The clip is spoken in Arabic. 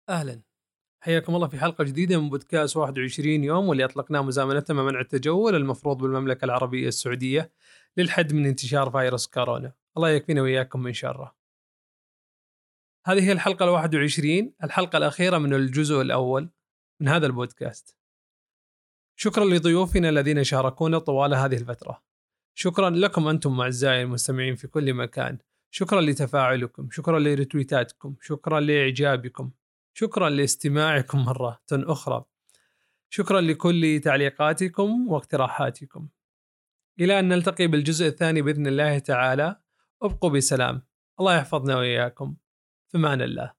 أهلا، حياكم الله في حلقة جديدة من بودكاست 21 يوم، واللي أطلقناه مزامنة مع منع التجول المفروض بالمملكة العربية السعودية للحد من انتشار فيروس كورونا. الله يكفينا وإياكم من شره. هذه هي الحلقة 21، الحلقة الأخيرة من الجزء الأول من هذا البودكاست. شكرا لضيوفنا الذين شاركونا طوال هذه الفترة. شكرا لكم أنتم أعزائي المستمعين في كل مكان. شكرا لتفاعلكم، شكرا لرتويتاتكم، شكرا لإعجابكم، شكرا لاستماعكم مرة أخرى، شكرا لكل تعليقاتكم واقتراحاتكم. إلى أن نلتقي بالجزء الثاني بإذن الله تعالى. ابقوا بسلام، الله يحفظنا وإياكم، في أمان الله.